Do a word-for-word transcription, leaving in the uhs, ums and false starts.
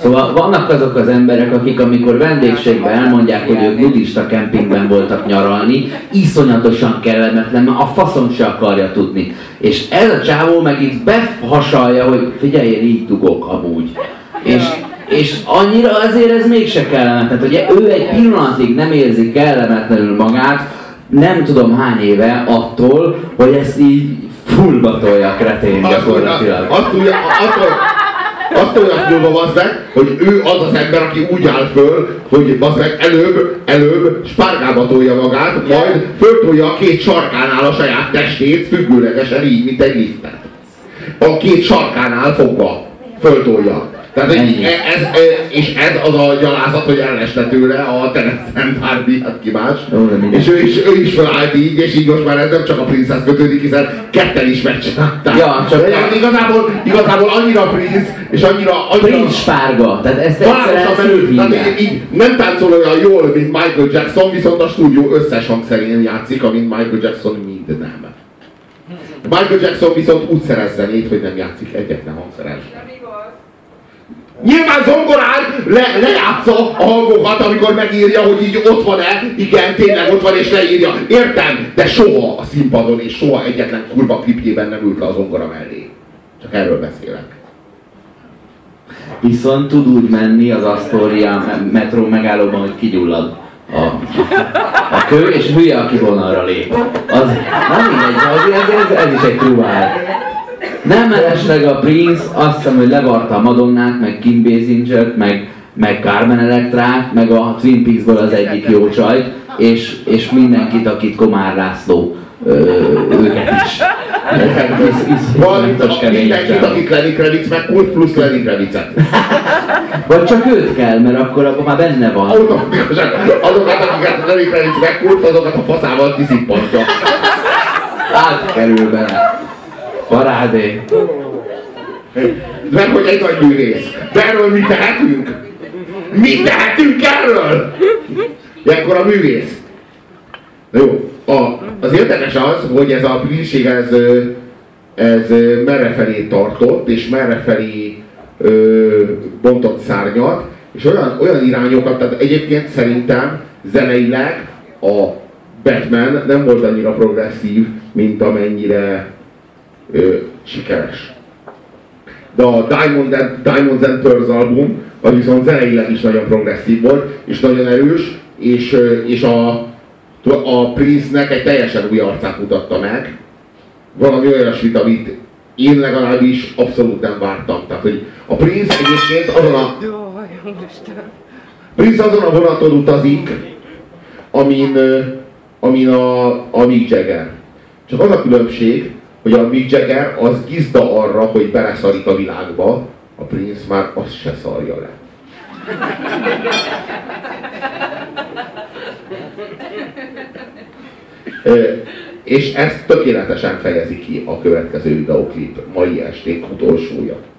Szóval vannak azok az emberek, akik amikor vendégségben elmondják, hogy ők nudista kempingben voltak nyaralni, iszonyatosan kellemetlen, mert a faszom se akarja tudni. És ez a csávó meg itt behasalja, hogy figyelj, én így dugok amúgy. És, és annyira azért ez mégse kellemetlen. Ugye ő egy pillanatig nem érzi kellemetlenül magát, nem tudom hány éve attól, hogy ezt így fullba tolja a kretén gyakorlatilag. Azt tudja, azt olyan fullba bazd meg, hogy ő az az ember, aki úgy áll föl, hogy bazd meg előbb, előbb spárgába tolja magát, majd föltolja a két sarkánál a saját testét függőlegesen így, mint egy liftet. A két sarkánál fogva föltolja. Tehát, ez, ez, és ez az a gyalázat, hogy elleste tőle a Terence Hardy, hát ki más. És ő is, ő is felállt így, és így most már ez nem csak a Prince-hez kötődik, hiszen ketten is megcsinálták. Ja, csak de igazából, igazából annyira Prince, és annyira... annyira Prince spárga, tehát ezt egyszerűen így nem táncol olyan jól, mint Michael Jackson, viszont a stúdió összes hangszerén játszik, amint Michael Jackson mind nem. Michael Jackson viszont úgy szerez zenét, hogy nem játszik egyetlen hangszeren. Nyilván zongorán le, lejátsza a hangokat, amikor megírja, hogy így ott van-e, igen, tényleg ott van és leírja. Értem, de soha a színpadon és soha egyetlen kurva klipjében nem ült le a zongora mellé. Csak erről beszélek. Viszont tud úgy menni az Astoria metró megállóban, hogy kigyullad a, a kő, és hülye, aki vonalra lép. Az, nem mindegy, ez, ez, ez is egy truvár. Nem mellesleg a Prince azt hiszem, hogy levarta a Madonnát, meg Kim Basingert, meg, meg Carmen Electrát, meg a Twin Peaksból az egyik jó csajt, és, és mindenkit, akit Komár László, ö, őket is. Vagy mindenkit, akik Lenny Kravitz megkult, plusz Lenny Kravitzet. Vagy csak őt kell, mert akkor abban már benne van. Automatikusan azokat, akiket Lenny Kravitz megkult, azokat a faszával kiszippantja. Átkerül bele. Parádé! Mert hogy egy nagy művész. De erről mi tehetünk? Mi tehetünk erről? Ilyenkor a művész. Na jó, a, az érdekes az, hogy ez a Prince-ség ez, ez merrefelé tartott, és merrefelé ö, bontott szárnyat, és olyan, olyan irányokat, tehát egyébként szerintem zeneileg a Batman nem volt annyira progresszív, mint amennyire Ö, sikeres. De a Diamond and, Diamonds and Pearls album az viszont zeneileg is nagyon progresszív volt, és nagyon erős, és, és a, a Prince-nek egy teljesen új arcát mutatta meg. Valami olyasmit, amit én legalábbis abszolút nem vártam. Tehát, hogy a Prince egyébként azon a... Prince azon a vonaton utazik, amin, amin a, a Mick Jagger. Csak az a különbség, hogy a Mick Jagger az gizda arra, hogy beleszarik a világba, a Prince már azt se szarja le. e, és ezt tökéletesen fejezi ki a következő videóklip, mai esték utolsója.